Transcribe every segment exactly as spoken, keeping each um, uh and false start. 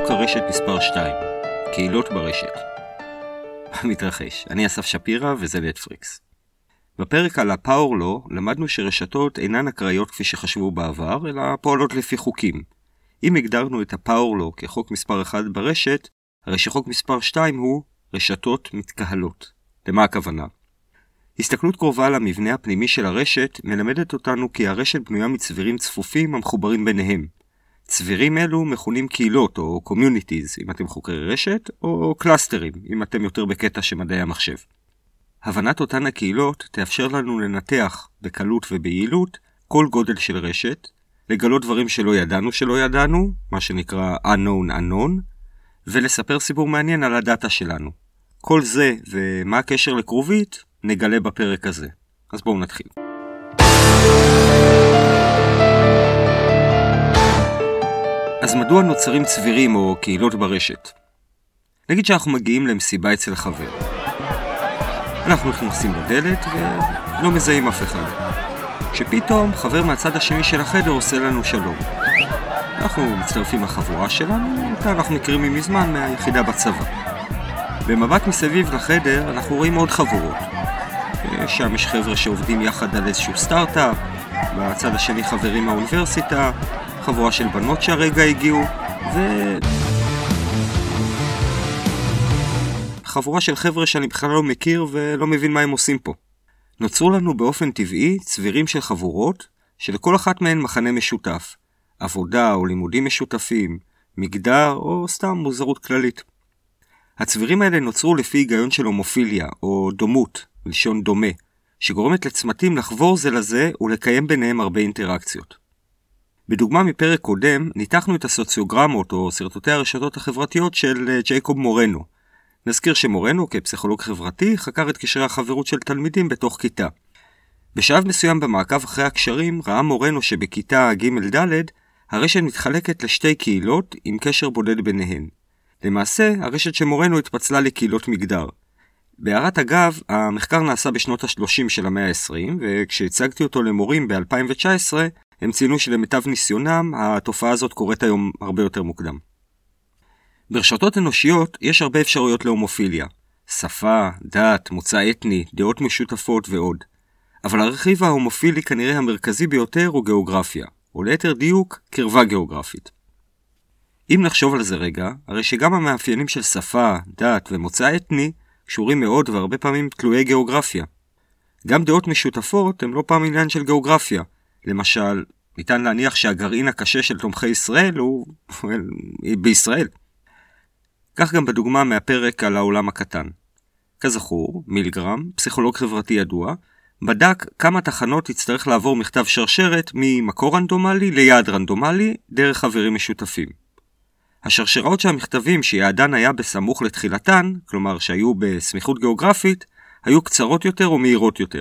חוק הרשת מספר שתיים, קהילות ברשת. מתרחש, אני אסף שפירא וזה נטפליקס. בפרק על ה-Power Law למדנו שרשתות אינן אקראיות כפי שחשבו בעבר, אלא פועלות לפי חוקים. אם הגדרנו את ה-Power Law כחוק מספר אחד ברשת, הרי שחוק מספר שתיים הוא רשתות מתקהלות. למה הכוונה? הסתכלות קרובה על המבנה הפנימי של הרשת מלמדת אותנו כי הרשת בנויה מצבירים צפופים המחוברים ביניהם. צבירים אלו מכונים קהילות או communities אם אתם חוקרי רשת, או קלאסטרים אם אתם יותר בקטע שמדעי המחשב. הבנת אותן הקהילות תאפשר לנו לנתח בקלות וביעילות כל גודל של רשת, לגלות דברים שלא ידענו שלא ידענו, מה שנקרא unknown unknown, ולספר סיפור מעניין על הדאטה שלנו. כל זה ומה הקשר לקרובית נגלה בפרק הזה. אז בואו נתחיל. אז מדוע נוצרים צבירים או קהילות ברשת? נגיד שאנחנו מגיעים למסיבה אצל חבר. אנחנו נכנסים בדלת ולא מזהים אף אחד. כשפתאום חבר מהצד השני של החדר עושה לנו שלום. אנחנו מצטרפים לחבורה שלנו, אותה אנחנו מכירים ממזמן מהיחידה בצבא. במבט מסביב לחדר אנחנו רואים עוד חבורות. שם יש חבר'ה שעובדים יחד על איזשהו סטארט-אפ, בצד השני חברים מהאוניברסיטה, חבורה של בנות שהרגע הגיעו, ו... חבורה של חבר'ה שאני בכלל לא מכיר ולא מבין מה הם עושים פה. נוצרו לנו באופן טבעי צבירים של חבורות, שלכל אחת מהן מחנה משותף. עבודה או לימודים משותפים, מגדר או סתם מוזרות כללית. הצבירים האלה נוצרו לפי היגיון של הומופיליה או דומות, לשון דומה, שגורמת לצמתים לחבור זה לזה ולקיים ביניהם הרבה אינטראקציות. בדוגמה מפרק קודם, ניתחנו את הסוציוגרמות או סרטוטי הרשתות החברתיות של ג'ייקוב מורנו. נזכיר שמורנו, כפסיכולוג חברתי, חקר את קשרי החברות של תלמידים בתוך כיתה. בשלב מסוים במעקב אחרי הקשרים, ראה מורנו שבכיתה ג' ד' הרשת מתחלקת לשתי קהילות עם קשר בודד ביניהן. למעשה, הרשת שמורנו התפצלה לקהילות מגדר. בהערת אגב, המחקר נעשה בשנות ה-שלושים של המאה ה-עשרים, וכשהצגתי אותו למורים ב-אלפיים תשע עשרה, הם ציינו שלמיטב ניסיונם, התופעה הזאת קורית היום הרבה יותר מוקדם. ברשתות אנושיות יש הרבה אפשרויות להומופיליה. שפה, דת, מוצא אתני, דעות משותפות ועוד. אבל הרכיב ההומופילי כנראה המרכזי ביותר הוא גיאוגרפיה, או ליתר דיוק, קרבה גיאוגרפית. אם נחשוב על זה רגע, הרי שגם המאפיינים של שפה, דת ומוצא אתני קשורים מאוד והרבה פעמים תלויי גיאוגרפיה. גם דעות משותפות הן לא פעם עניין של גיאוגרפיה. למשל, ניתן להניח שהגרעין הקשה של תומכי ישראל הוא בישראל. כך גם בדוגמה מהפרק על העולם הקטן. כזכור, מילגרם, פסיכולוג חברתי ידוע, בדק כמה תחנות יצטרך לעבור מכתב שרשרת ממקור רנדומלי ליעד רנדומלי דרך חברים משותפים. השרשראות שהמכתבים שיעדן היה בסמוך לתחילתן, כלומר שהיו בסמיכות גיאוגרפית, היו קצרות יותר או מהירות יותר.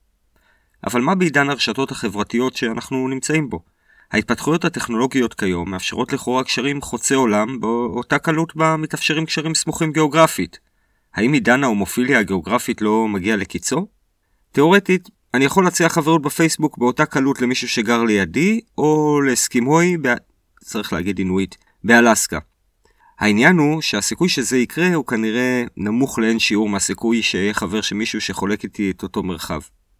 אבל מה בעידן הרשתות החברתיות שאנחנו נמצאים בו? ההתפתחויות הטכנולוגיות כיום מאפשרות לכאורה קשרים חוצי עולם, באותה קלות בה מתאפשרים קשרים סמוכים גיאוגרפית. האם עידן ההומופיליה הגיאוגרפית לא מגיע לקיצו? תיאורטית, אני יכול להציע חברות בפייסבוק באותה קלות למישהו שגר לידי, או לאסקימוי, ב... צריך להגיד אינואיט, באלסקה. העניין הוא שהסיכוי שזה יקרה הוא כנראה נמוך לאין שיעור מהסיכוי שיהיה חבר שמישהו שחולק איתי את אותו מרחב.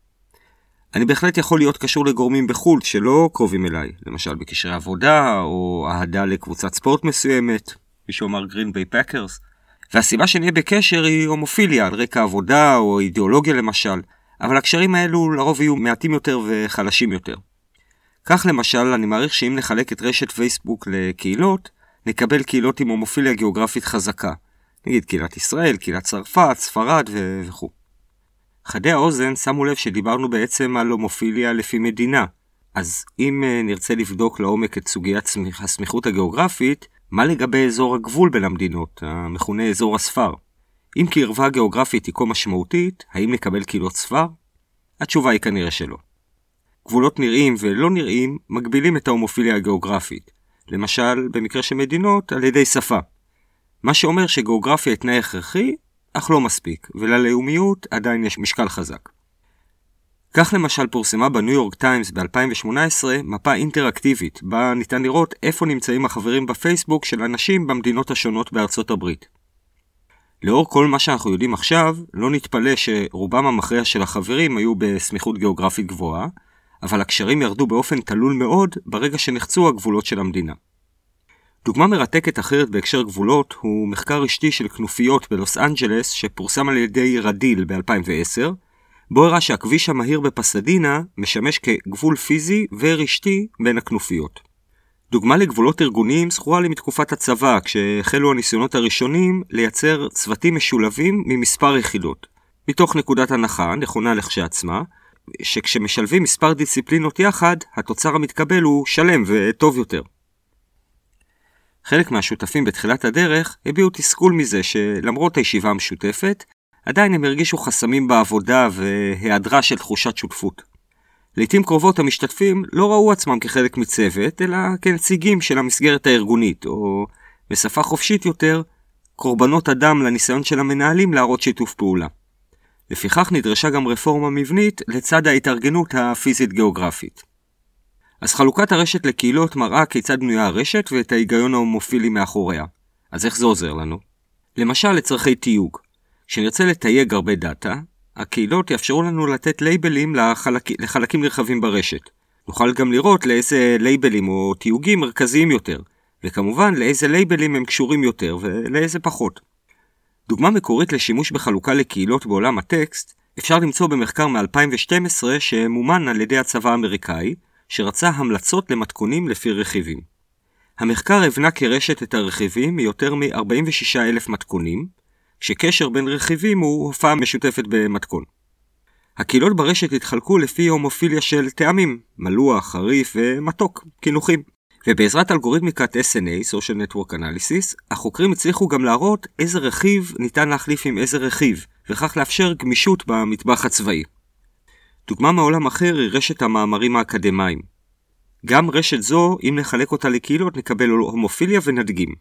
אני בהחלט יכול להיות קשור לגורמים בחו"ל שלא קרובים אליי, למשל בקשרי עבודה או אהדה לקבוצת ספורט מסוימת, מישהו אמר גרין ביי פאקרס, והסיבה שנהיה בקשר היא הומופיליה על רקע עבודה או אידיאולוגיה למשל, אבל הקשרים האלו לרוב יהיו מעטים יותר וחלשים יותר. כך למשל אני מעריך שאם נחלק את רשת פייסבוק לקהילות, נקבל קהילות עם הומופיליה גיאוגרפית חזקה, נגיד קהילת ישראל, קהילת צרפת, ספרד ו... וכו'. חדי האוזן שמו לב שדיברנו בעצם על הומופיליה לפי מדינה, אז אם נרצה לבדוק לעומק את סוגיית הסמיכות הגיאוגרפית, מה לגבי אזור הגבול בין המדינות, המכונה אזור הספר? אם קרבה גיאוגרפית היא כה משמעותית, האם נקבל קהילות ספר? התשובה היא כנראה שלא. גבולות נראים ולא נראים מגבילים את ההומופיליה הגיאוגרפית, למשל במקרה של מדינות על ידי שפה. מה שאומר שגיאוגרפיה היא תנאי הכרחי, אך לא מספיק, וללאומיות עדיין יש משקל חזק. כך למשל פורסמה בניו יורק טיימס ב-אלפיים ושמונה עשרה מפה אינטראקטיבית, בה ניתן לראות איפה נמצאים החברים בפייסבוק של אנשים במדינות השונות בארצות הברית. לאור כל מה שאנחנו יודעים עכשיו, לא נתפלא שרובם המכריע של החברים היו בסמיכות גיאוגרפית גבוהה, אבל הקשרים ירדו באופן תלול מאוד ברגע שנחצו הגבולות של המדינה. דוגמה מרתקת אחרת בהקשר גבולות הוא מחקר רשתי של כנופיות בלוס אנג'לס שפורסם על ידי רדיל ב-אלפיים ועשר, בו הראה שהכביש המהיר בפסדינה משמש כגבול פיזי ורשתי בין הכנופיות. דוגמה לגבולות ארגוניים זכורה לי מתקופת הצבא, כשהחלו הניסיונות הראשונים לייצר צוותים משולבים ממספר יחידות. מתוך נקודת הנחה, נכונה לכשעצמה, שכשמשלבים מספר דיסציפלינות יחד, התוצר המתקבל הוא שלם וטוב יותר. חלק מהשותפים בתחילת הדרך הביעו תסכול מזה שלמרות הישיבה המשותפת, עדיין הם הרגישו חסמים בעבודה והיעדרה של תחושת שותפות. לעתים קרובות המשתתפים לא ראו עצמם כחלק מצוות, אלא כנציגים של המסגרת הארגונית, או בשפה חופשית יותר, קורבנות אדם לניסיון של המנהלים להראות שיתוף פעולה. לפיכך נדרשה גם רפורמה מבנית לצד ההתארגנות הפיזית גיאוגרפית. אז חלוקת הרשת לקהילות מראה כיצד בנויה הרשת ואת ההיגיון ההומופילי מאחוריה. אז איך זה עוזר לנו? למשל לצרכי תיוג. כשנרצה לתייג הרבה דאטה, הקהילות יאפשרו לנו לתת לייבלים לחלק... לחלקים נרחבים ברשת. נוכל גם לראות לאיזה לייבלים או תיוגים מרכזיים יותר, וכמובן לאיזה לייבלים הם קשורים יותר ולאיזה פחות. דוגמה מקורית לשימוש בחלוקה לקהילות בעולם הטקסט אפשר למצוא במחקר מ-אלפיים ושתים עשרה שמומן על ידי הצבא האמריקאי, שרצה המלצות למתכונים לפי רכיבים. המחקר הבנה כרשת את הרכיבים מיותר מ-ארבעים ושישה אלף מתכונים, שקשר בין רכיבים הוא הופעה משותפת במתכון. הקהילות ברשת התחלקו לפי הומופיליה של טעמים, מלוח, חריף ומתוק, קינוחים. ובעזרת אלגוריתמיקת אס אן איי, Social Network Analysis, החוקרים הצליחו גם להראות איזה רכיב ניתן להחליף עם איזה רכיב, וכך לאפשר גמישות במטבח הצבאי. דוגמה מעולם אחר היא רשת המאמרים האקדמיים. גם רשת זו, אם נחלק אותה לקהילות, נקבל הומופיליה ונדגים.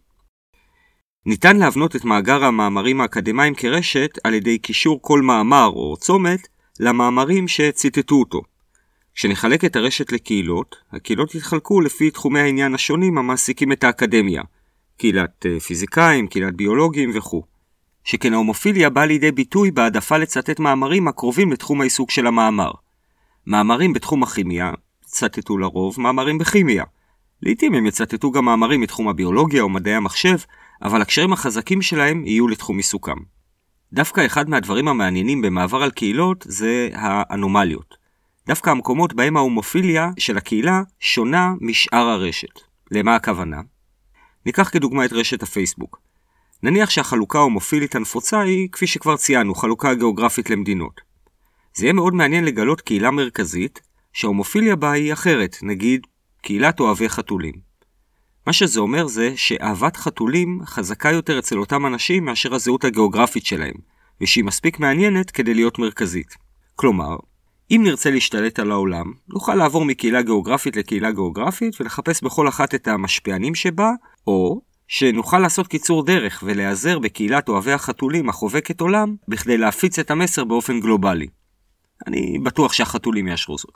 ניתן להבנות את מאגר המאמרים האקדמיים כרשת על ידי קישור כל מאמר או צומת למאמרים שציטטו אותו. כשנחלק את הרשת לקהילות, הקהילות יתחלקו לפי תחומי העניין השונים המעסיקים את האקדמיה, קהילת פיזיקאים, קהילת ביולוגים וכו'. שכן ההומופיליה באה לידי ביטוי בהעדפה לצטט מאמרים הקרובים לתחום העיסוק של המאמר. מאמרים בתחום הכימיה צטטו לרוב מאמרים בכימיה. לעתים הם יצטטו גם מאמרים מתחום הביולוגיה או מדעי המחשב, אבל הקשרים החזקים שלהם יהיו לתחום עיסוקם. דווקא אחד מהדברים המעניינים במעבר על קהילות זה האנומליות. דווקא המקומות בהם ההומופיליה של הקהילה שונה משאר הרשת. למה הכוונה? ניקח כדוגמה את רשת הפייסבוק. נניח שהחלוקה ההומופילית הנפוצה היא, כפי שכבר ציינו, חלוקה גיאוגרפית למדינות. זה יהיה מאוד מעניין לגלות קהילה מרכזית, שההומופיליה בה היא אחרת, נגיד קהילת אוהבי חתולים. מה שזה אומר זה שאהבת חתולים חזקה יותר אצל אותם אנשים מאשר הזהות הגיאוגרפית שלהם, ושהיא מספיק מעניינת כדי להיות מרכזית. כלומר, אם נרצה להשתלט על העולם, נוכל לעבור מקהילה גיאוגרפית לקהילה גיאוגרפית ולחפש בכל אחת את המשפיענים שבה, או שנוכל לעשות קיצור דרך ולהיעזר בקהילת אוהבי החתולים החובקת עולם בכדי להפיץ את המסר באופן גלובלי. אני בטוח שהחתולים יאשרו זאת.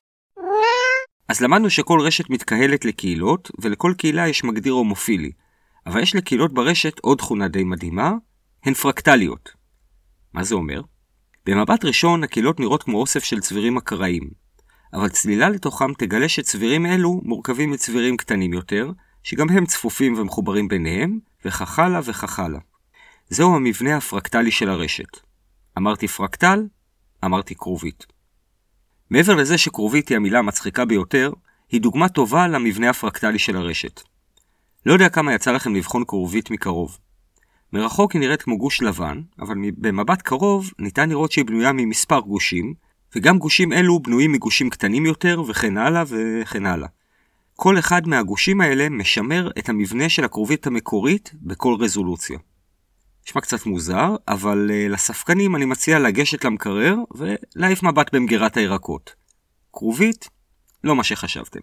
אז למדנו שכל רשת מתקהלת לקהילות, ולכל קהילה יש מגדיר הומופילי. אבל יש לקהילות ברשת עוד תכונה די מדהימה, הן פרקטליות. מה זה אומר? במבט ראשון הקהילות נראות כמו אוסף של צבירים אקראיים, אבל צלילה לתוכם תגלה שצבירים אלו מורכבים מצבירים קטנים יותר, שגם הם צפופים ומחוברים ביניהם, וכך הלאה וכך הלאה. זהו המבנה הפרקטלי של הרשת. אמרתי פרקטל, אמרתי קרובית. מעבר לזה שקרובית היא המילה המצחיקה ביותר, היא דוגמה טובה למבנה הפרקטלי של הרשת. לא יודע כמה יצא לכם לבחון קרובית מקרוב. מרחוק היא נראית כמו גוש לבן, אבל במבט קרוב ניתן לראות שהיא בנויה ממספר גושים, וגם גושים אלו בנויים מגושים קטנים יותר וכן הלאה וכן הלאה. כל אחד מהגושים האלה משמר את המבנה של הקרובית המקורית בכל רזולוציה. נשמע קצת מוזר, אבל uh, לספקנים אני מציע לגשת למקרר ולהעיף מבט במגירת הירקות. קרובית? לא מה שחשבתם.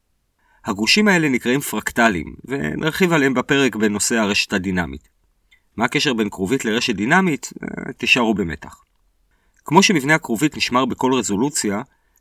הגושים האלה נקראים פרקטלים, ונרחיב עליהם בפרק בנושא הרשת הדינמית. מה הקשר בין קרובית לרשת דינמית? Uh, תישארו במתח. כמו שמבנה הקרובית נשמר בכל רזולוציה,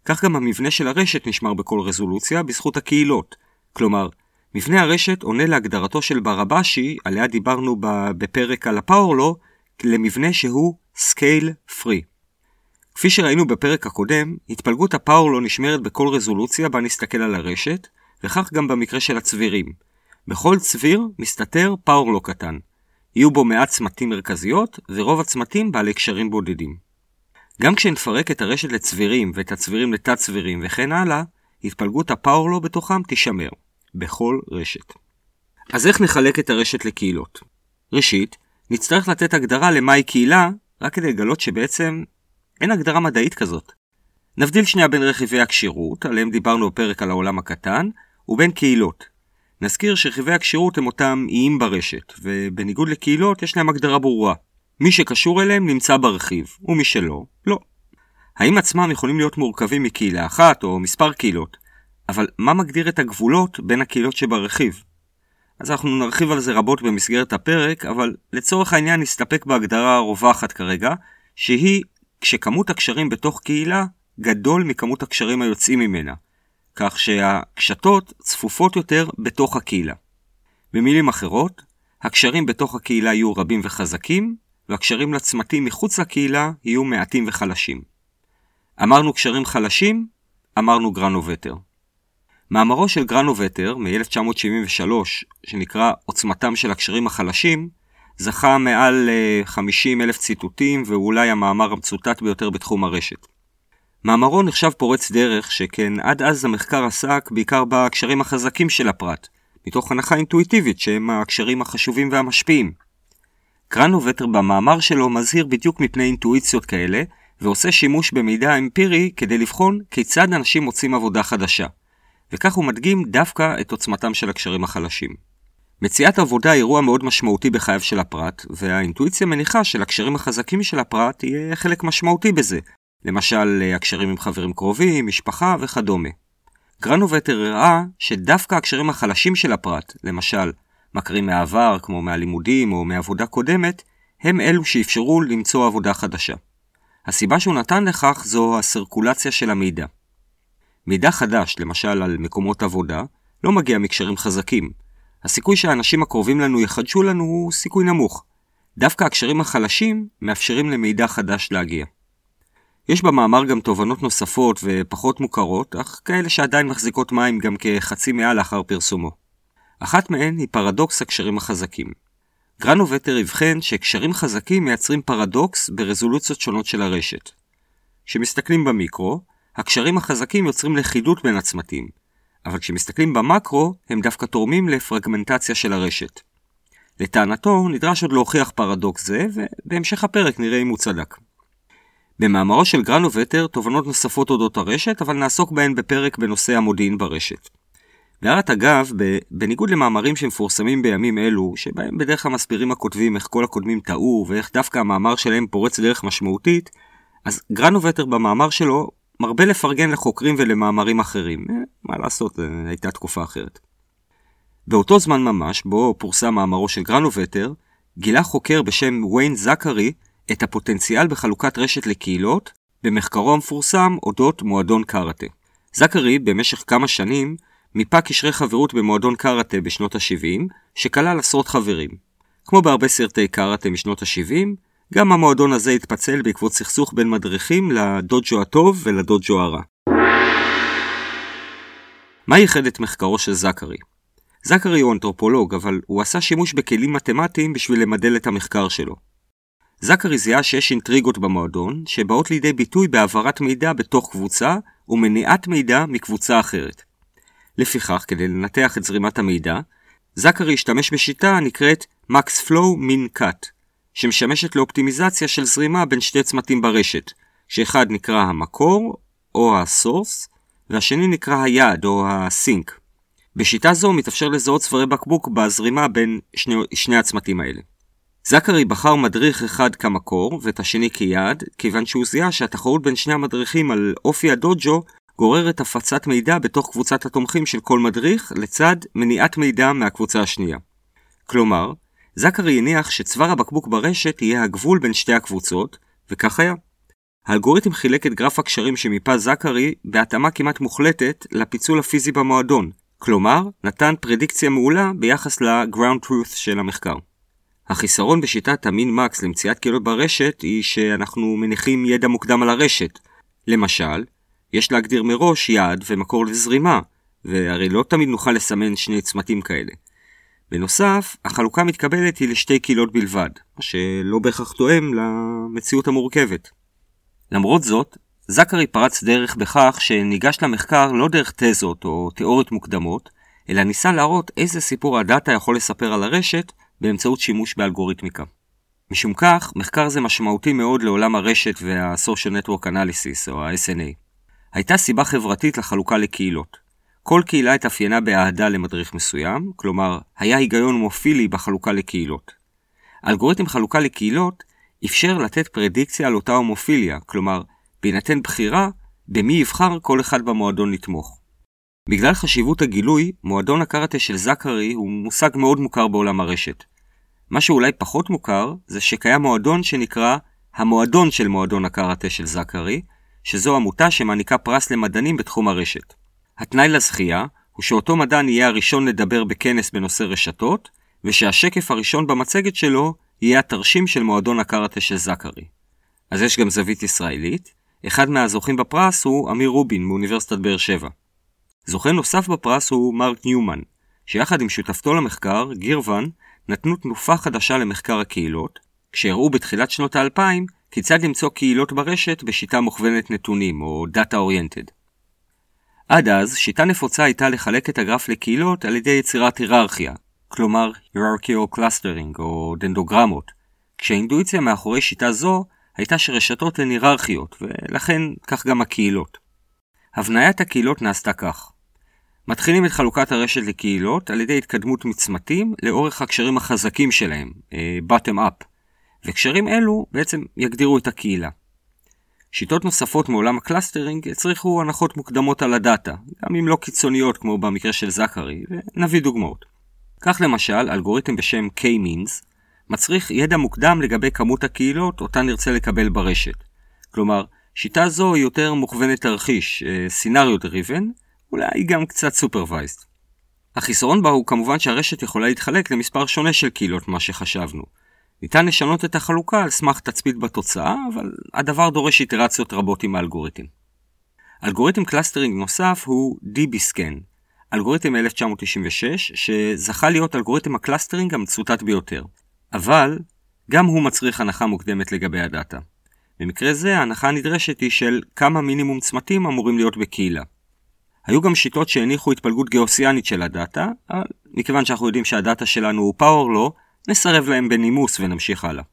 כך גם המבנה של הרשת נשמר בכל רזולוציה בזכות הקהילות. כלומר, מבנה הרשת עונה להגדרתו של ברבאשי, עליה דיברנו בפרק על הפאורלו, למבנה שהוא scale free. כפי שראינו בפרק הקודם, התפלגות הפאורלו נשמרת בכל רזולוציה בה נסתכל על הרשת, וכך גם במקרה של הצבירים. בכל צביר מסתתר פאורלו קטן. יהיו בו מעט צמתים מרכזיות, ורוב הצמתים בעלי קשרים בודדים. גם כשנפרק את הרשת לצבירים ואת הצבירים לתת צבירים וכן הלאה, התפלגות הפאורלו בתוכם תישמר, בכל רשת. אז איך נחלק את הרשת לקהילות? ראשית, נצטרך לתת הגדרה למהי קהילה, רק כדי לגלות שבעצם אין הגדרה מדעית כזאת. נבדיל שנייה בין רכיבי הקשירות, עליהם דיברנו בפרק על העולם הקטן, ובין קהילות. נזכיר שרכיבי הקשירות הם אותם איים ברשת, ובניגוד לקהילות יש להם הגדרה ברורה. מי שקשור אליהם נמצא ברכיב, ומי שלא, לא. האם עצמם יכולים להיות מורכבים מקהילה אחת או מספר קהילות, אבל מה מגדיר את הגבולות בין הקהילות שברכיב? אז אנחנו נרחיב על זה רבות במסגרת הפרק, אבל לצורך העניין נסתפק בהגדרה הרווחת כרגע, שהיא כשכמות הקשרים בתוך קהילה גדול מכמות הקשרים היוצאים ממנה, כך שהקשתות צפופות יותר בתוך הקהילה. במילים אחרות, הקשרים בתוך הקהילה יהיו רבים וחזקים, והקשרים לצמתים מחוץ לקהילה יהיו מעטים וחלשים. אמרנו קשרים חלשים, אמרנו גרנובטר. מאמרו של גרנובטר מ-אלף תשע מאות שבעים ושלוש, שנקרא עוצמתם של הקשרים החלשים, זכה מעל חמישים אלף ציטוטים ואולי המאמר המצוטט ביותר בתחום הרשת. מאמרו נחשב פורץ דרך שכן עד אז המחקר עסק בעיקר בקשרים החזקים של הפרט, מתוך הנחה אינטואיטיבית שהם הקשרים החשובים והמשפיעים. גרנובטר במאמר שלו מזהיר בדיוק מפני אינטואיציות כאלה, ועושה שימוש במידע אמפירי כדי לבחון כיצד אנשים מוצאים עבודה חדשה. וכך הוא מדגים דווקא את עוצמתם של הקשרים החלשים. מציאת עבודה היא אירוע מאוד משמעותי בחייו של הפרט, והאינטואיציה מניחה של הקשרים החזקים של הפרט יהיה חלק משמעותי בזה, למשל הקשרים עם חברים קרובים, משפחה וכדומה. גרנובטר הראה שדווקא הקשרים החלשים של הפרט, למשל מכרים מהעבר כמו מהלימודים או מעבודה קודמת, הם אלו שאפשרו למצוא עבודה חדשה. הסיבה שהוא נתן לכך זו הסרקולציה של המידע. מידע חדש, למשל על מקומות עבודה, לא מגיע מקשרים חזקים. הסיכוי שהאנשים הקרובים לנו יחדשו לנו הוא סיכוי נמוך. דווקא הקשרים החלשים מאפשרים למידע חדש להגיע. יש במאמר גם תובנות נוספות ופחות מוכרות, אך כאלה שעדיין מחזיקות מים גם כחצי מאה לאחר פרסומו. אחת מהן היא פרדוקס הקשרים החזקים. גרנובטר הבחן שקשרים חזקים מייצרים פרדוקס ברזולוציות שונות של הרשת. כשמסתכלים במיקרו, הקשרים החזקים יוצרים לכידות בין הצמתים, אבל כשמסתכלים במקרו, הם דווקא תורמים לפרגמנטציה של הרשת. לטענתו, נדרש עוד להוכיח פרדוקס זה, ובהמשך הפרק נראה אם הוא צדק. במאמרו של גרנובטר, תובנות נוספות אודות הרשת, אבל נעסוק בהן בפרק בנושא המודיעין ברשת. בהערת אגב, בניגוד למאמרים שמפורסמים בימים אלו, שבהם בדרך כלל מסבירים הכותבים איך כל הקודמים טעו, ואיך דווקא המאמר שלהם פורץ דרך משמעותית, אז גרנובטר במאמר שלו מרבה לפרגן לחוקרים ולמאמרים אחרים. מה לעשות, הייתה תקופה אחרת. באותו זמן ממש, בו פורסם מאמרו של גרנובטר, גילה חוקר בשם ויין זכרי את הפוטנציאל בחלוקת רשת לקהילות, במחקרו המפורסם אודות מועדון קראטה. זכרי במשך כמה שנים מיפה קשרי חברות במועדון קראטה בשנות ה-שבעים, שכלל עשרות חברים. כמו בהרבה סרטי קראטה משנות ה-שבעים, גם המועדון הזה התפצל בעקבות סכסוך בין מדריכים לדוג'ו הטוב ולדוג'ו הרע. מה ייחד את מחקרו של זכרי? זכרי הוא אנתרופולוג, אבל הוא עשה שימוש בכלים מתמטיים בשביל למדל את המחקר שלו. זכרי זיהה שיש אינטריגות במועדון, שבאות לידי ביטוי בהעברת מידע בתוך קבוצה ומניעת מידע מקבוצה אחרת. לפיכך, כדי לנתח את זרימת המידע, זכרי השתמש בשיטה הנקראת Max Flow Min Cut, שמשמשת לאופטימיזציה של זרימה בין שתי צמתים ברשת, שאחד נקרא המקור או הסורס, והשני נקרא היעד או הסינק. בשיטה זו מתאפשר לזהות צווארי בקבוק בזרימה בין שני, שני הצמתים האלה. זכרי בחר מדריך אחד כמקור ואת השני כיעד, כיוון שהוא זיהה שהתחרות בין שני המדריכים על אופי הדוג'ו גוררת הפצת מידע בתוך קבוצת התומכים של כל מדריך לצד מניעת מידע מהקבוצה השנייה. כלומר, זכרי הניח שצוואר הבקבוק ברשת יהיה הגבול בין שתי הקבוצות, וכך היה. האלגוריתם חילק את גרף הקשרים שמיפה זכרי בהתאמה כמעט מוחלטת לפיצול הפיזי במועדון, כלומר, נתן פרדיקציה מעולה ביחס ל-ground truth של המחקר. החיסרון בשיטת המין מקס למציאת קהילות ברשת היא שאנחנו מניחים ידע מוקדם על הרשת. למשל, יש להגדיר מראש יעד ומקור לזרימה, והרי לא תמיד נוכל לסמן שני צמתים כאלה. בנוסף, החלוקה מתקבלת היא לשתי קהילות בלבד, מה שלא בהכרח תואם למציאות המורכבת. למרות זאת, זכרי פרץ דרך בכך שניגש למחקר לא דרך תזות או תיאוריות מוקדמות, אלא ניסה להראות איזה סיפור הדאטה יכול לספר על הרשת באמצעות שימוש באלגוריתמיקה. משום כך, מחקר זה משמעותי מאוד לעולם הרשת וה-Social Network Analysis או ה-אס אן איי. הייתה סיבה חברתית לחלוקה לקהילות. כל קהילה התאפיינה באהדה למדריך מסוים, כלומר, היה היגיון מופילי בחלוקה לקהילות. אלגוריתם חלוקה לקהילות אפשר לתת פרדיקציה על אותה הומופיליה, כלומר, בהינתן בחירה במי יבחר כל אחד במועדון לתמוך. בגלל חשיבות הגילוי, מועדון הקראטה של זכרי הוא מושג מאוד מוכר בעולם הרשת. מה שאולי פחות מוכר זה שקיים מועדון שנקרא המועדון של מועדון הקראטה של זכרי, שזו עמותה שמעניקה פרס למדענים בתחום הרשת. התנאי לזכייה הוא שאותו מדען יהיה הראשון לדבר בכנס בנושא רשתות, ושהשקף הראשון במצגת שלו יהיה התרשים של מועדון הקראטה של זכרי. אז יש גם זווית ישראלית. אחד מהזוכים בפרס הוא אמיר רובין מאוניברסיטת באר שבע. זוכה נוסף בפרס הוא מרק ניומן, שיחד עם שותפתו למחקר, גירוון, נתנו תנופה חדשה למחקר הקהילות, כשהראו בתחילת שנות האלפיים כיצד למצוא קהילות ברשת בשיטה מוכוונת נתונים או Data Oriented. עד אז, שיטה נפוצה הייתה לחלק את הגרף לקהילות על ידי יצירת היררכיה, כלומר Hierarchical Clustering או דנדוגרמות, כשהאינטואיציה מאחורי שיטה זו הייתה שרשתות הן היררכיות, ולכן כך גם הקהילות. הבניית הקהילות נעשתה כך. מתחילים את חלוקת הרשת לקהילות על ידי התקדמות מצמתים לאורך הקשרים החזקים שלהם, bottom up, וקשרים אלו בעצם יגדירו את הקהילה. שיטות נוספות מעולם הקלאסטרינג הצריכו הנחות מוקדמות על הדאטה, גם אם לא קיצוניות כמו במקרה של זכרי, ונביא דוגמאות. כך למשל, אלגוריתם בשם K-Means מצריך ידע מוקדם לגבי כמות הקהילות אותה נרצה לקבל ברשת. כלומר, שיטה זו היא יותר מוכוונת תרחיש, סינריו דריבן, אולי גם קצת סופרוויזד. החיסרון בה הוא כמובן שהרשת יכולה להתחלק למספר שונה של קהילות מה שחשבנו. ניתן לשנות את החלוקה על סמך תצפית בתוצאה, אבל הדבר דורש איטרציות רבות עם האלגוריתם. אלגוריתם קלאסטרינג נוסף הוא די בי סקן, אלגוריתם מ-אלף תשע מאות תשעים ושש, שזכה להיות אלגוריתם הקלאסטרינג המצוטט ביותר. אבל גם הוא מצריך הנחה מוקדמת לגבי הדאטה. במקרה זה, ההנחה הנדרשת היא של כמה מינימום צמתים אמורים להיות בקהילה. היו גם שיטות שהניחו התפלגות גאוסיאנית של הדאטה, אבל מכיוון שאנחנו יודעים שהדאטה שלנו הוא פאוור לא, נסרב להם בנימוס ונמשיך הלאה.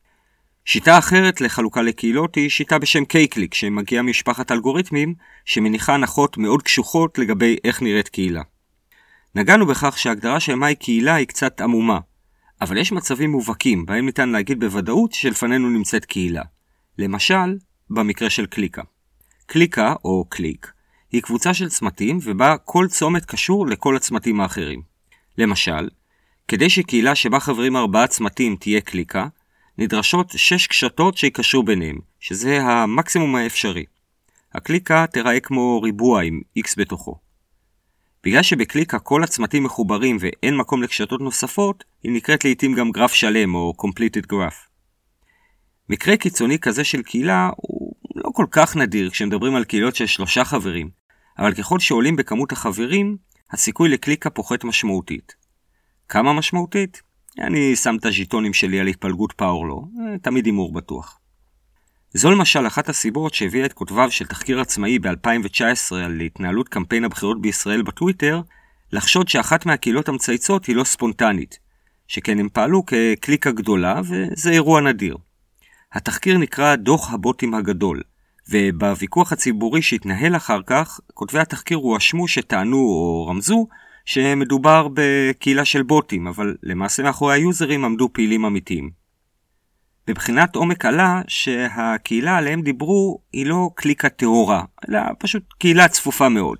שיטה אחרת לחלוקה לקהילות היא שיטה בשם קייקליק, שמגיעה משפחת אלגוריתמים שמניחה הנחות מאוד קשוחות לגבי איך נראית קהילה. נגענו בכך שההגדרה של מהי קהילה היא קצת עמומה, אבל יש מצבים מובהקים בהם ניתן להגיד בוודאות שלפנינו נמצאת קהילה. למשל, במקרה של קליקה. קליקה או קליק היא קבוצה של צמתים ובה כל צומת קשור לכל הצמתים האחרים. למשל, כדי שקהילה שבה חברים ארבעה צמתים תהיה קליקה, נדרשות שש קשתות שיקשרו ביניהם, שזה המקסימום האפשרי. הקליקה תראה כמו ריבוע עם X בתוכו. בגלל שבקליקה כל הצמתים מחוברים ואין מקום לקשתות נוספות, היא נקראת לעתים גם גרף שלם או completed graph. מקרה קיצוני כזה של קהילה הוא לא כל כך נדיר כשמדברים על קהילות של שלושה חברים, אבל ככל שעולים בכמות החברים, הסיכוי לקליקה פוחת משמעותית. כמה משמעותית? אני שם את הז'יטונים שלי על התפלגות פאורלו, תמיד אימור בטוח. זו למשל אחת הסיבות שהביאה את כותביו של תחקיר עצמאי ב-אלפיים תשע עשרה על התנהלות קמפיין הבחירות בישראל בטוויטר, לחשוד שאחת מהקהילות המצייצות היא לא ספונטנית, שכן הם פעלו כקליקה גדולה וזה אירוע נדיר. התחקיר נקרא דוח הבוטים הגדול, ובוויכוח הציבורי שהתנהל אחר כך, כותבי התחקיר הואשמו שטענו או רמזו שמדובר בקהילה של בוטים, אבל למעשה מאחורי היוזרים עמדו פעילים אמיתיים. בבחינת עומק עלה שהקהילה עליהם דיברו היא לא קליקה טהורה, אלא פשוט קהילה צפופה מאוד.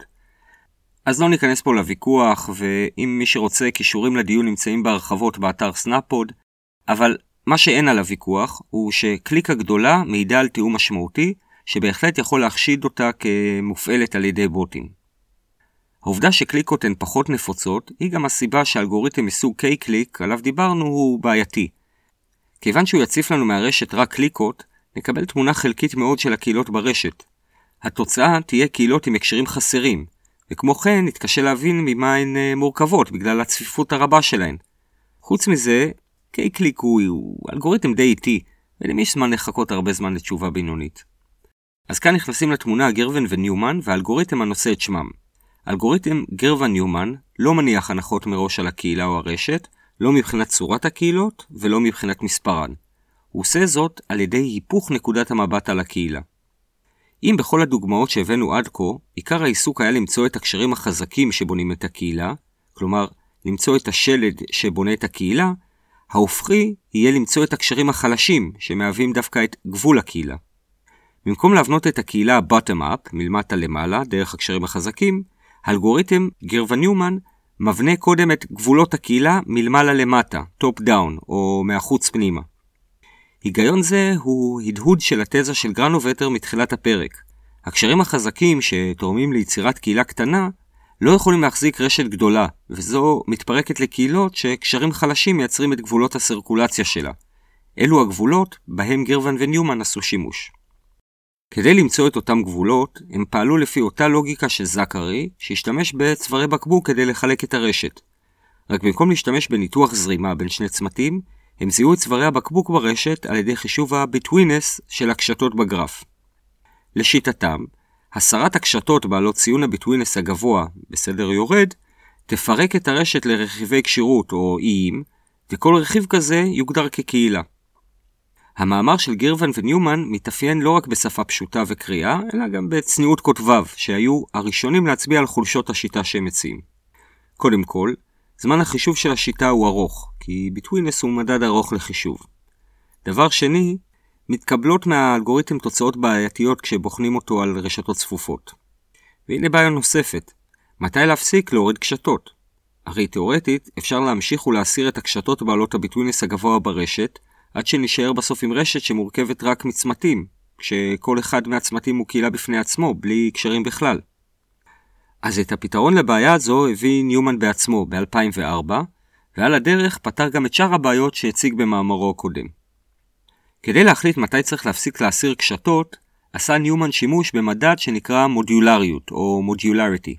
אז לא ניכנס פה לוויכוח, ואם מי שרוצה קישורים לדיון נמצאים בהרחבות באתר סנאפוד, אבל מה שאין על הוויכוח הוא שקליקה גדולה מעידה על תיאום משמעותי, שבהחלט יכול להחשיד אותה כמופעלת על ידי בוטים. העובדה שקליקות הן פחות נפוצות היא גם הסיבה שהאלגוריתם מסוג K-קליק עליו דיברנו הוא בעייתי. כיוון שהוא יציף לנו מהרשת רק קליקות, נקבל תמונה חלקית מאוד של הקהילות ברשת. התוצאה תהיה קהילות עם הקשרים חסרים, וכמו כן נתקשה להבין ממה הן מורכבות בגלל הצפיפות הרבה שלהן. חוץ מזה, K-קליק הוא, הוא אלגוריתם די איטי, ולמי יש זמן לחכות הרבה זמן לתשובה בינונית. אז כאן נכנסים לתמונה גרבן וניומן והאלגוריתם הנושא את שמם. אלגוריתם גרבן-ניומן לא מניח הנחות מראש על הקהילה או הרשת, לא מבחינת צורת הקהילות ולא מבחינת מספרן. הוא עושה זאת על ידי היפוך נקודת המבט על הקהילה. אם בכל הדוגמאות שהבאנו עד כה, עיקר העיסוק היה למצוא את הקשרים החזקים שבונים את הקהילה, כלומר, למצוא את השלד שבונה את הקהילה, ההופכי יהיה למצוא את הקשרים החלשים שמהווים דווקא את גבול הקהילה. במקום להבנות את הקהילה bottom-up, מלמטה למעלה, דרך הקשרים החזקים, האלגוריתם גרבן-ניומן מבנה קודם את גבולות הקהילה מלמעלה למטה, top-down, או מהחוץ פנימה. היגיון זה הוא הדהוד של התזה של גרנובטר מתחילת הפרק. הקשרים החזקים שתורמים ליצירת קהילה קטנה לא יכולים להחזיק רשת גדולה, וזו מתפרקת לקהילות שקשרים חלשים מייצרים את גבולות הסרקולציה שלה. אלו הגבולות בהם גרבן וניומן עשו שימוש. כדי למצוא את אותם גבולות, הם פעלו לפי אותה לוגיקה של זקרי, שהשתמש בצווארי בקבוק כדי לחלק את הרשת. רק במקום להשתמש בניתוח זרימה בין שני צמתים, הם זיהו את צווארי הבקבוק ברשת על ידי חישוב ה-betweenness של הקשתות בגרף. לשיטתם, הסרת הקשתות בעלות ציון ה-betweenness הגבוה בסדר יורד, תפרק את הרשת לרכיבי קשירות או איים, וכל רכיב כזה יוגדר כקהילה. המאמר של גרבן וניומן מתאפיין לא רק בשפה פשוטה וקריאה, אלא גם בצניעות כותביו, שהיו הראשונים להצביע על חולשות השיטה שהם מציעים. קודם כל, זמן החישוב של השיטה הוא ארוך, כי betweenness הוא מדד ארוך לחישוב. דבר שני, מתקבלות מהאלגוריתם תוצאות בעייתיות כשבוחנים אותו על רשתות צפופות. והנה בעיה נוספת, מתי להפסיק להוריד קשתות? הרי תיאורטית אפשר להמשיך ולהסיר את הקשתות בעלות ה-betweenness הגבוה ברשת, עד שנשאר בסוף עם רשת שמורכבת רק מצמתים, כשכל אחד מהצמתים הוא קהילה בפני עצמו, בלי קשרים בכלל. אז את הפתרון לבעיה הזו הביא ניומן בעצמו ב-אלפיים וארבע, ועל הדרך פתר גם את שאר הבעיות שהציג במאמרו הקודם. כדי להחליט מתי צריך להפסיק להסיר קשתות, עשה ניומן שימוש במדד שנקרא מודולריות או מודולריטי.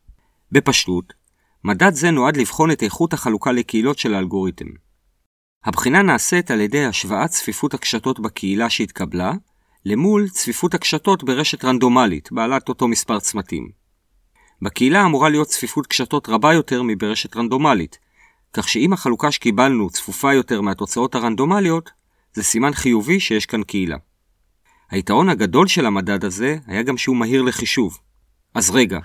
בפשטות, מדד זה נועד לבחון את איכות החלוקה לקהילות של האלגוריתם. הבחינה נעשית על ידי השוואת צפיפות הקשתות בקהילה שהתקבלה, למול צפיפות הקשתות ברשת רנדומלית, בעלת אותו מספר צמתים. בקהילה אמורה להיות צפיפות קשתות רבה יותר מברשת רנדומלית, כך שאם החלוקה שקיבלנו צפופה יותר מהתוצאות הרנדומליות, זה סימן חיובי שיש כאן קהילה. היתרון הגדול של המדד הזה היה גם שהוא מהיר לחישוב. אז רגע.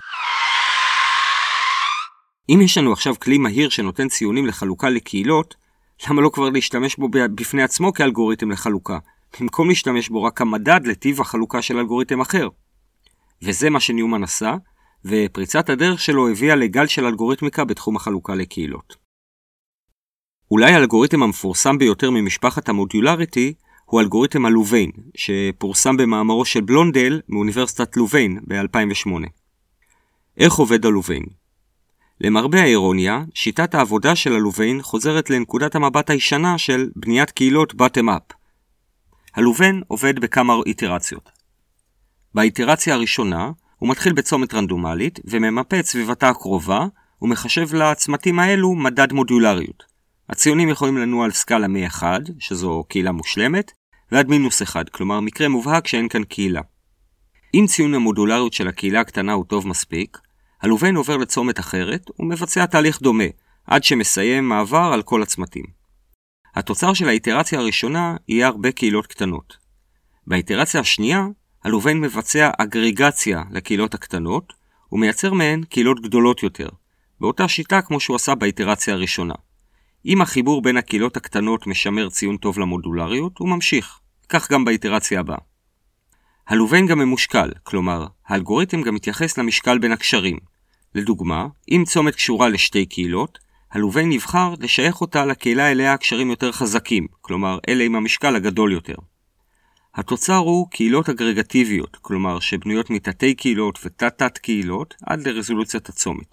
אם יש לנו עכשיו כלי מהיר שנותן ציונים לחלוקה לקהילות, למה לא כבר להשתמש בו בפני עצמו כאלגוריתם לחלוקה, במקום להשתמש בו רק כמדד לטיב החלוקה של אלגוריתם אחר? וזה מה שניומן עשה, ופריצת הדרך שלו הביאה לגל של אלגוריתמיקה בתחום החלוקה לקהילות. אולי האלגוריתם המפורסם ביותר ממשפחת המודולריטי הוא אלגוריתם הלוביין, שפורסם במאמרו של בלונדל מאוניברסיטת לוביין ב-אלפיים ושמונה. איך עובד הלוביין? למרבה האירוניה, שיטת העבודה של הלוביין חוזרת לנקודת המבט הישנה של בניית קהילות bottom-up. הלוביין עובד בכמה איטרציות. באיטרציה הראשונה, הוא מתחיל בצומת רנדומלית וממפה את סביבתה הקרובה, ומחשב לצמתים האלו מדד מודולריות. הציונים יכולים לנוע על סקאלה מ-אחד, שזו קהילה מושלמת, ועד מינוס אחד, כלומר מקרה מובהק שאין כאן קהילה. אם ציון המודולריות של הקהילה הקטנה הוא טוב מספיק, הלוביין עובר לצומת אחרת ומבצע תהליך דומה, עד שמסיים מעבר על כל הצמתים. התוצר של האיטרציה הראשונה יהיה הרבה קהילות קטנות. באיטרציה השנייה, הלוביין מבצע אגריגציה לקהילות הקטנות, ומייצר מהן קהילות גדולות יותר, באותה שיטה כמו שהוא עשה באיטרציה הראשונה. אם החיבור בין הקהילות הקטנות משמר ציון טוב למודולריות, הוא ממשיך, כך גם באיטרציה הבאה. הלוביין גם ממושקל, כלומר, האלגוריתם גם מתייחס למשקל בין הקשרים. לדוגמה, אם צומת קשורה לשתי קהילות, הלוביין נבחר לשייך אותה לקהילה אליה הקשרים יותר חזקים, כלומר, אלה עם המשקל הגדול יותר. התוצר הוא קהילות אגרגטיביות, כלומר שבנויות מתתי קהילות ותת-תת קהילות עד לרזולוציית הצומת.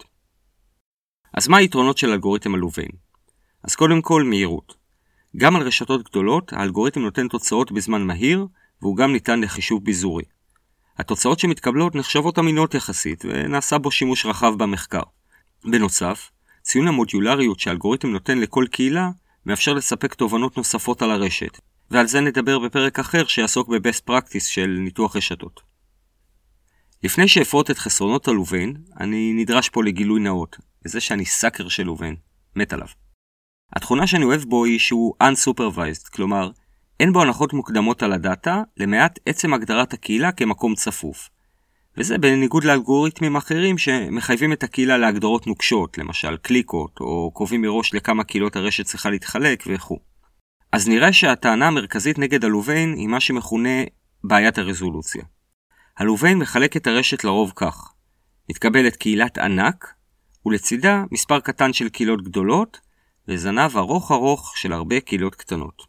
אז מה היתרונות של אלגוריתם הלוביין? אז קודם כל מהירות. גם על רשתות גדולות האלגוריתם נותן תוצאות בזמן מהיר, והוא גם ניתן לחישוב ביזורי. התוצאות שמתקבלות נחשבות אמינות יחסית, ונעשה בו שימוש רחב במחקר. בנוסף, ציון המודולריות שהאלגוריתם נותן לכל קהילה, מאפשר לספק תובנות נוספות על הרשת, ועל זה נדבר בפרק אחר שיעסוק ב-Best Practice של ניתוח רשתות. לפני שאפרוט את חסרונות הלוביין, אני נדרש פה לגילוי נאות, וזה שאני סאקר של לוביין, מת עליו. התכונה שאני אוהב בו היא שהוא unsupervised, כלומר, אין בו הנחות מוקדמות על הדאטה, למעט עצם הגדרת הקהילה כמקום צפוף. וזה בניגוד לאלגוריתמים אחרים שמחייבים את הקהילה להגדרות נוקשות, למשל קליקות, או קובעים מראש לכמה קהילות הרשת צריכה להתחלק וכו'. אז נראה שהטענה המרכזית נגד הלוביין היא מה שמכונה בעיית הרזולוציה. הלוביין מחלק את הרשת לרוב כך. מתקבלת קהילת ענק, ולצידה מספר קטן של קהילות גדולות, וזנב ארוך ארוך של הרבה קהילות קטנות.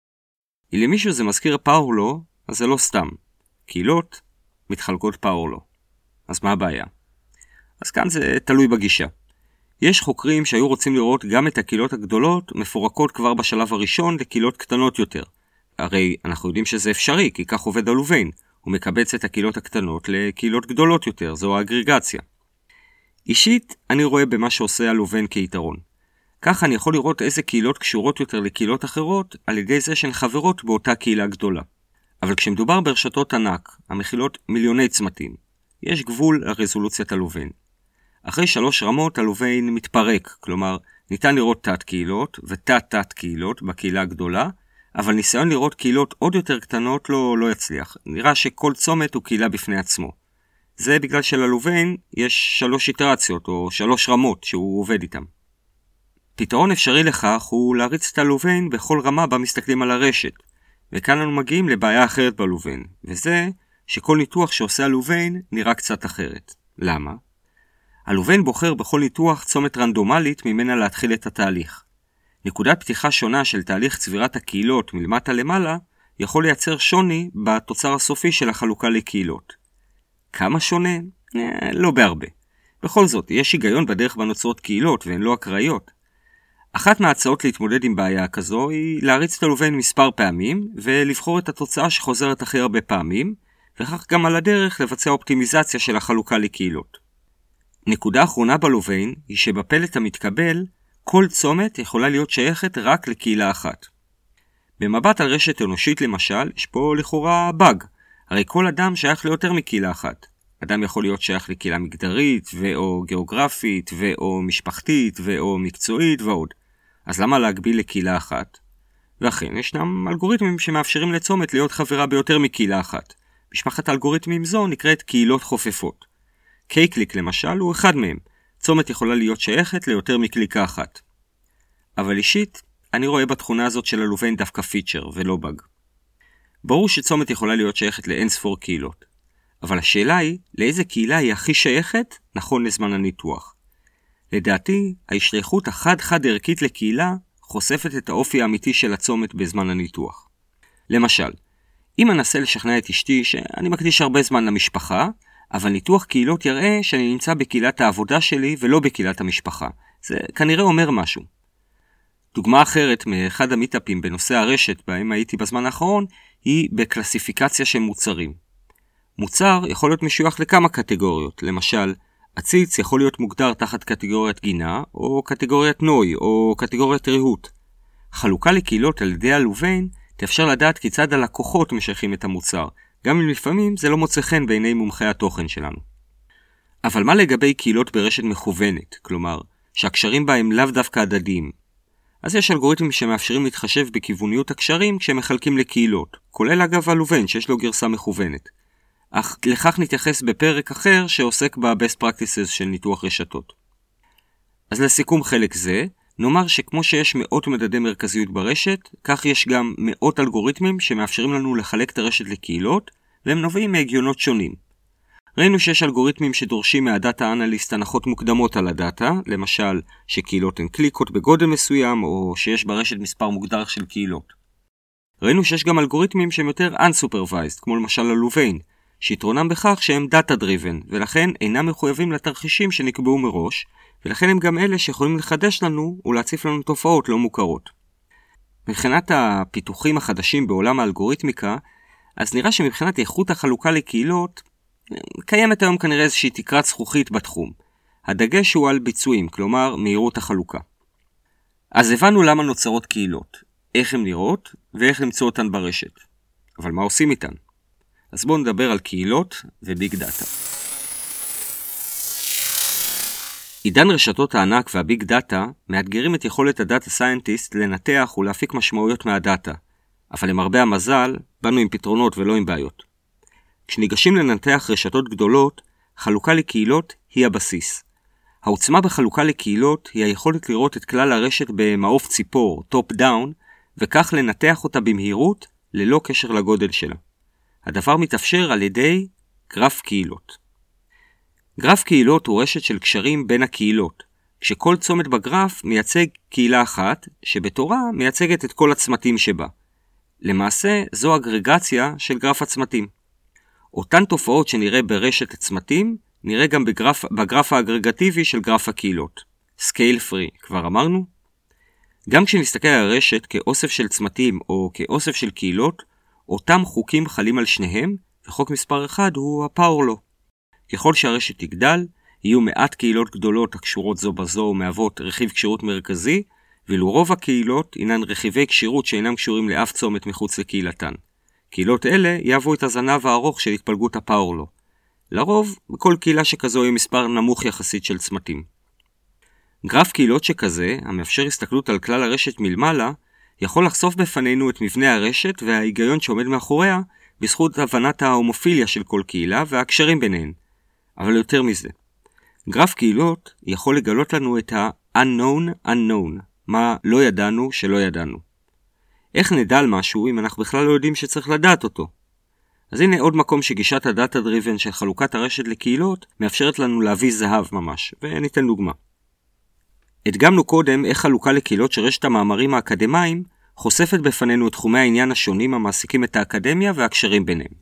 אם למישהו זה מזכיר פאורלו, אז זה לא סתם. קהילות מתחלקות פאורלו. אז מה הבעיה? אז כאן זה תלוי בגישה. יש חוקרים שהיו רוצים לראות גם את הקהילות הגדולות מפורקות כבר בשלב הראשון לקהילות קטנות יותר. הרי אנחנו יודעים שזה אפשרי, כי כך עובד הלוביין. הוא מקבץ את הקהילות הקטנות לקהילות גדולות יותר, זו האגרגציה. אישית, אני רואה במה שעושה הלוביין כיתרון. כך אני יכול לראות איזה קהילות קשורות יותר לקהילות אחרות, על ידי זה שהן חברות באותה קהילה גדולה. אבל כשמדובר ברשתות ענק, המכילות מיליוני צמתים, יש גבול לרזולוציית הלוביין. אחרי שלוש רמות הלוביין מתפרק, כלומר, ניתן לראות תת קהילות ותת תת קהילות בקהילה הגדולה, אבל ניסיון לראות קהילות עוד יותר קטנות לא, לא יצליח. נראה שכל צומת הוא קהילה בפני עצמו. זה בגלל שללוביין יש שלוש איטרציות או שלוש רמות שהוא עובד איתם. פתרון אפשרי לכך הוא להריץ את הלוביין בכל רמה בה מסתכלים על הרשת. וכאן אנו מגיעים לבעיה אחרת בלוביין, וזה שכל ניתוח שעושה הלוביין נראה קצת אחרת. למה? הלוביין בוחר בכל ניתוח צומת רנדומלית ממנה להתחיל את התהליך. נקודת פתיחה שונה של תהליך צבירת הקהילות מלמטה למעלה יכול לייצר שוני בתוצר הסופי של החלוקה לקהילות. כמה שונה? אה, לא בהרבה. בכל זאת, יש היגיון בדרך בה נוצרות קהילות והן לא אקראיות. אחת מההצעות להתמודד עם בעיה כזו היא להריץ את הלוביין מספר פעמים ולבחור את התוצאה שחוזרת הכי הרבה פעמים, וכך גם על הדרך לבצע אופטימיזציה של החלוקה לקהילות. נקודה אחרונה בלוביין היא שבפלט המתקבל כל צומת יכולה להיות שייכת רק לקהילה אחת. במבט על רשת אנושית למשל, יש פה לכאורה באג. הרי כל אדם שייך ליותר מקהילה אחת. אדם יכול להיות שייך לקהילה מגדרית, ואו גיאוגרפית, ואו משפחתית, ואו מקצועית ועוד. אז למה להגביל לקהילה אחת? ואכן, ישנם אלגוריתמים שמאפשרים לצומת להיות חברה ביותר מקהילה אחת. משפחת אלגוריתמים זו נקראת קהילות חופפות. קיי-קליק למשל הוא אחד מהם. צומת יכולה להיות שייכת ליותר מקליקה אחת. אבל אישית, אני רואה בתכונה הזאת של הלוביין דווקא פיצ'ר ולא באג. ברור שצומת יכולה להיות שייכת לאין ספור קהילות. אבל השאלה היא, לאיזה קהילה היא הכי שייכת נכון לזמן הניתוח. לדעתי, ההשתייכות החד-חד ערכית לקהילה חושפת את האופי האמיתי של הצומת בזמן הניתוח. למשל, אם אנסה לשכנע את אשתי שאני מקדיש הרבה זמן למשפחה, אבל ניתוח קהילות יראה שאני נמצא בקהילת העבודה שלי ולא בקהילת המשפחה. זה כנראה אומר משהו. דוגמה אחרת מאחד המיטאפים בנושא הרשת בהם הייתי בזמן האחרון, היא בקלסיפיקציה של מוצרים. מוצר יכול להיות משוייך לכמה קטגוריות, למשל, עציץ יכול להיות מוגדר תחת קטגוריית גינה, או קטגוריית נוי, או קטגוריית ריהוט. חלוקה לקהילות על ידי הלוביין תאפשר לדעת כיצד הלקוחות משייכים את המוצר, גם אם לפעמים זה לא מוצא חן בעיני מומחי התוכן שלנו. אבל מה לגבי קהילות ברשת מכוונת, כלומר, שהקשרים בהם לאו דווקא הדדיים? אז יש אלגוריתמים שמאפשרים להתחשב בכיווניות הקשרים כשמחלקים לקהילות, כולל אגב הלוביין שיש לו גרסה מכוונת. אך לכך נתייחס בפרק אחר שעוסק ב-Best Practices של ניתוח רשתות. אז לסיכום חלק זה, נאמר שכמו שיש מאות מדדי מרכזיות ברשת, כך יש גם מאות אלגוריתמים שמאפשרים לנו לחלק את הרשת לקהילות, והם נובעים מהגיונות שונים. ראינו שיש אלגוריתמים שדורשים מהדאטה אנליסט הנחות מוקדמות על הדאטה, למשל שקהילות הן קליקות בגודל מסוים, או שיש ברשת מספר מוגדר של קהילות. ראינו שיש גם אלגוריתמים שהם יותר unsupervised, כמו למשל הלוביין, שיתרונם בכך שהם data driven, ולכן אינם מחויבים לתרחישים שנקבעו מראש, ולכן הם גם אלה שיכולים לחדש לנו ולהציף לנו תופעות לא מוכרות. מבחינת הפיתוחים החדשים בעולם האלגוריתמיקה, אז נראה שמבחינת איכות החלוקה לקהילות, קיימת היום כנראה איזושהי תקרת זכוכית בתחום. הדגש הוא על ביצועים, כלומר מהירות החלוקה. אז הבנו למה נוצרות קהילות, איך הן נראות ואיך למצוא אותן ברשת. אבל מה עושים איתן? אז בואו נדבר על קהילות וביג דאטה. עידן רשתות הענק והביג דאטה מאתגרים את יכולת הדאטה סיינטיסט לנתח ולהפיק משמעויות מהדאטה, אבל למרבה המזל, באנו עם פתרונות ולא עם בעיות. כשניגשים לנתח רשתות גדולות, חלוקה לקהילות היא הבסיס. העוצמה בחלוקה לקהילות היא היכולת לראות את כלל הרשת במעוף ציפור, טופ דאון, וכך לנתח אותה במהירות ללא קשר לגודל שלה. הדבר מתאפשר על ידי גרף קהילות. גרף קהילות הוא רשת של קשרים בין הקהילות, כשכל צומת בגרף מייצג קהילה אחת, שבתורה מייצגת את כל הצמתים שבה. למעשה, זו אגרגציה של גרף הצמתים. אותן תופעות שנראה ברשת הצמתים, נראה גם בגרף, בגרף האגרגטיבי של גרף הקהילות. Scale Free, כבר אמרנו? גם כשנסתכל על הרשת כאוסף של צמתים או כאוסף של קהילות, אותם חוקים חלים על שניהם, וחוק מספר אחד הוא ה-Power Law. ככל שהרשת תגדל, יהיו מעט קהילות גדולות הקשורות זו בזו ומהוות רכיב קשירות מרכזי, ואילו רוב הקהילות אינן רכיבי קשירות שאינם קשורים לאף צומת מחוץ לקהילתן. קהילות אלה יהוו את הזנב הארוך של התפלגות ה-Power Law. לרוב, בכל קהילה שכזו יהיה מספר נמוך יחסית של צמתים. גרף קהילות שכזה, המאפשר הסתכלות על כלל הרשת מלמעלה, יכול לחשוף בפנינו את מבנה הרשת וההיגיון שעומד מאחוריה, בזכות הבנת ההומופיליה של כל קהילה והקשרים ביניהן. אבל יותר מזה, גרף קהילות יכול לגלות לנו את ה-unknown unknown, מה לא ידענו שלא ידענו. איך נדע על משהו אם אנחנו בכלל לא יודעים שצריך לדעת אותו? אז הנה עוד מקום שגישת הדאטה דריבן של חלוקת הרשת לקהילות מאפשרת לנו להביא זהב ממש, וניתן דוגמה. הדגמנו קודם איך חלוקה לקהילות של רשת המאמרים האקדמיים חושפת בפנינו את תחומי העניין השונים המעסיקים את האקדמיה והקשרים ביניהם.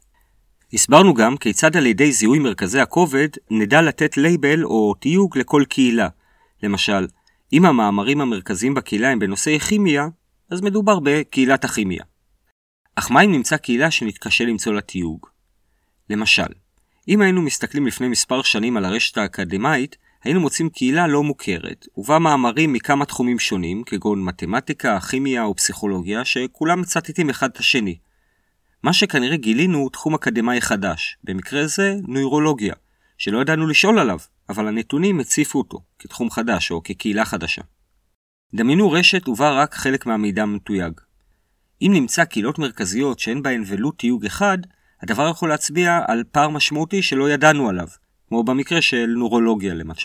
הסברנו גם כיצד על ידי זיהוי מרכזי הכובד נדע לתת לייבל או תיוג לכל קהילה. למשל, אם המאמרים המרכזיים בקהילה הם בנושאי כימיה, אז מדובר בקהילת הכימיה. אך מה אם נמצא קהילה שנתקשה למצוא לה תיוג? למשל, אם היינו מסתכלים לפני מספר שנים על הרשת האקדמית, היינו מוצאים קהילה לא מוכרת, ובה מאמרים מכמה תחומים שונים, כגון מתמטיקה, כימיה או פסיכולוגיה, שכולם מצטטים אחד את השני. מה שכנראה גילינו הוא תחום אקדמי חדש, במקרה זה נוירולוגיה, שלא ידענו לשאול עליו, אבל הנתונים הציפו אותו, כתחום חדש או כקהילה חדשה. דמיינו רשת ובה רק חלק מהמידע מתויג. אם נמצא קהילות מרכזיות שאין בהן ולו תיוג אחד, הדבר יכול להצביע על פער משמעותי שלא ידענו עליו, כמו במקרה של נורולוגיה למשל.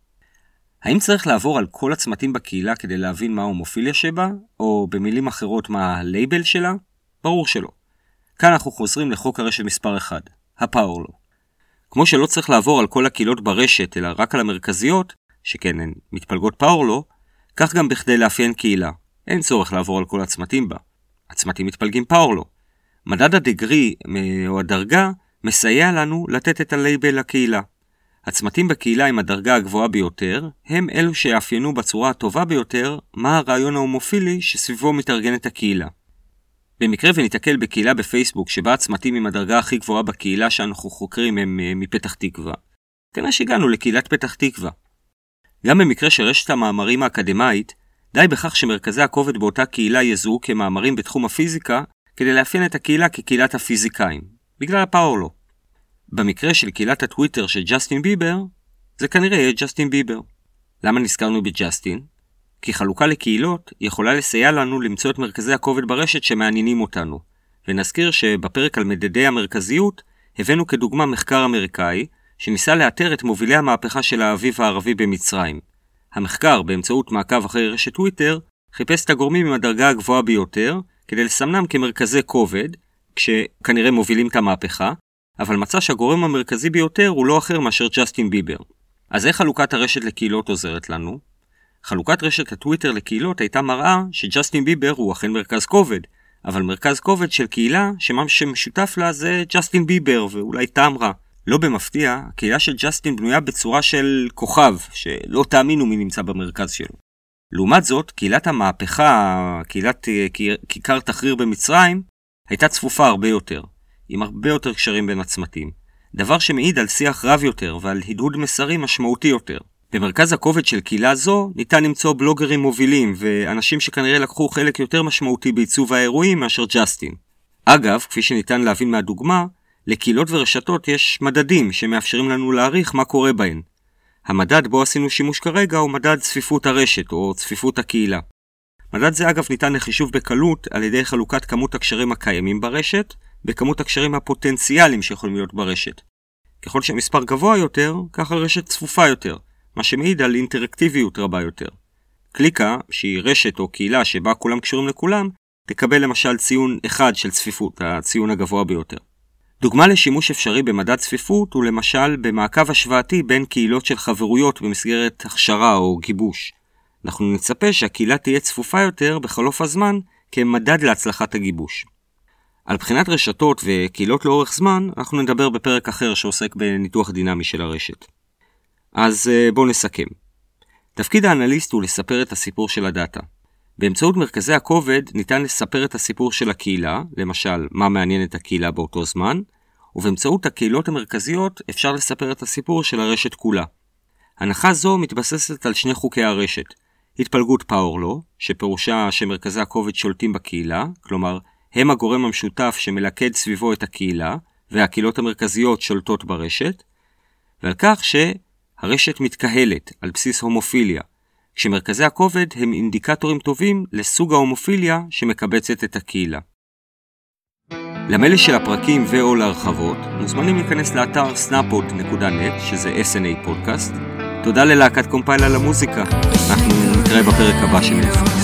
האם צריך לעבור על כל הצמתים בקהילה כדי להבין מה ההומופיליה שבה, או במילים אחרות מה הלייבל שלה? ברור שלא. כאן אנחנו חוזרים לחוק הרשת מספר אחד, ה-Power Law. כמו שלא צריך לעבור על כל הקהילות ברשת, אלא רק על המרכזיות, שכן הן מתפלגות Power Law, כך גם בכדי לאפיין קהילה. אין צורך לעבור על כל הצמתים בה. הצמתים מתפלגים Power Law. מדד הדגרי או הדרגה מסייע לנו לתת את הלייבל לקהילה. הצמתים בקהילה עם הדרגה הגבוהה ביותר, הם אלו שיאפיינו בצורה הטובה ביותר מה הרעיון ההומופילי שסביבו מתארגנת הקהילה. במקרה ונתקל בקהילה בפייסבוק שבה הצמתים עם הדרגה הכי גבוהה בקהילה שאנחנו חוקרים הם מפתח תקווה, כנראה שהגענו לקהילת פתח תקווה. גם במקרה של רשת המאמרים האקדמית, די בכך שמרכזי הכובד באותה קהילה יזוהו כמאמרים בתחום הפיזיקה, כדי לאפיין את הקהילה כקהילת הפיזיקאים, בגלל הפאוור לו. במקרה של קהילת הטוויטר של ג'סטין ביבר, זה כנראה יהיה ג'סטין ביבר. למה נזכרנו בג'סטין? כי חלוקה לקהילות יכולה לסייע לנו למצוא את מרכזי הכובד ברשת שמעניינים אותנו. ונזכיר שבפרק על מדדי המרכזיות, הבאנו כדוגמה מחקר אמריקאי, שניסה לאתר את מובילי המהפכה של האביב הערבי במצרים. המחקר, באמצעות מעקב אחרי רשת טוויטר, חיפש את הגורמים עם הדרגה הגבוהה ביותר, כדי לסמנם כמרכזי כובד, כשכנראה מובילים את המהפכה, אבל מצא שהגורם המרכזי ביותר הוא לא אחר מאשר ג'סטין ביבר. אז איך חלוקת הרשת לקהילות עוזרת לנו? חלוקת רשת הטוויטר לקהילות הייתה מראה שג'סטין ביבר הוא אכן מרכז כובד, אבל מרכז כובד של קהילה שמה שמשותף לה זה ג'סטין ביבר ואולי טמרה. לא במפתיע, הקהילה של ג'סטין בנויה בצורה של כוכב, שלא תאמינו מי נמצא במרכז שלו. לעומת זאת, קהילת המהפכה, קהילת כיכר תחריר במצרים, הייתה צפופה הרבה יותר, עם הרבה יותר קשרים בין הצמתים. דבר שמעיד על שיח רב יותר ועל הדהוד מסרים משמעותי יותר. במרכז הכובד של קהילה זו ניתן למצוא בלוגרים מובילים ואנשים שכנראה לקחו חלק יותר משמעותי בעיצוב האירועים מאשר ג'סטין. אגב, כפי שניתן להבין מהדוגמה, לקהילות ורשתות יש מדדים שמאפשרים לנו להעריך מה קורה בהן. המדד בו עשינו שימוש כרגע הוא מדד צפיפות הרשת או צפיפות הקהילה. מדד זה אגב ניתן לחישוב בקלות על ידי חלוקת כמות הקשרים הקיימים ברשת בכמות הקשרים הפוטנציאליים שיכולים להיות ברשת. ככל שהמספר גבוה יותר, כך הרשת צפופה יותר, מה שמעיד על אינטראקטיביות רבה יותר. קליקה, שהיא רשת או קהילה שבה כולם קשורים לכולם, תקבל למשל ציון אחד של צפיפות, הציון הגבוה ביותר. דוגמה לשימוש אפשרי במדד צפיפות הוא למשל במעקב השוואתי בין קהילות של חברויות במסגרת הכשרה או גיבוש. אנחנו נצפה שהקהילה תהיה צפופה יותר בחלוף הזמן כמדד להצלחת הגיבוש. על בחינת רשתות וקהילות לאורך זמן, אנחנו נדבר בפרק אחר שעוסק בניתוח דינמי של הרשת. אז בואו נסכם. תפקיד האנליסט הוא לספר את הסיפור של הדאטה. באמצעות מרכזי הכובד ניתן לספר את הסיפור של הקהילה, למשל מה מעניין את הקהילה באותו זמן, ובאמצעות הקהילות המרכזיות אפשר לספר את הסיפור של הרשת כולה. הנחה זו מתבססת על שני חוקי הרשת. התפלגות פאורלו, שפירושה שמרכזי הכובד שולטים בקהילה, כלומר הם הגורם המשותף שמלכד סביבו את הקהילה, והקהילות המרכזיות שולטות ברשת, ועל כך שהרשת מתקהלת על בסיס הומופיליה, כשמרכזי הכובד הם אינדיקטורים טובים לסוג ההומופיליה שמקבצת את הקהילה. למלא של הפרקים ואו להרחבות, מוזמנים להיכנס לאתר סנאפוד נקודה נט, שזה אס אן איי פודקאסט. תודה ללהקת קומפייל על המוזיקה. אנחנו נתראה בפרק הבא של נפט.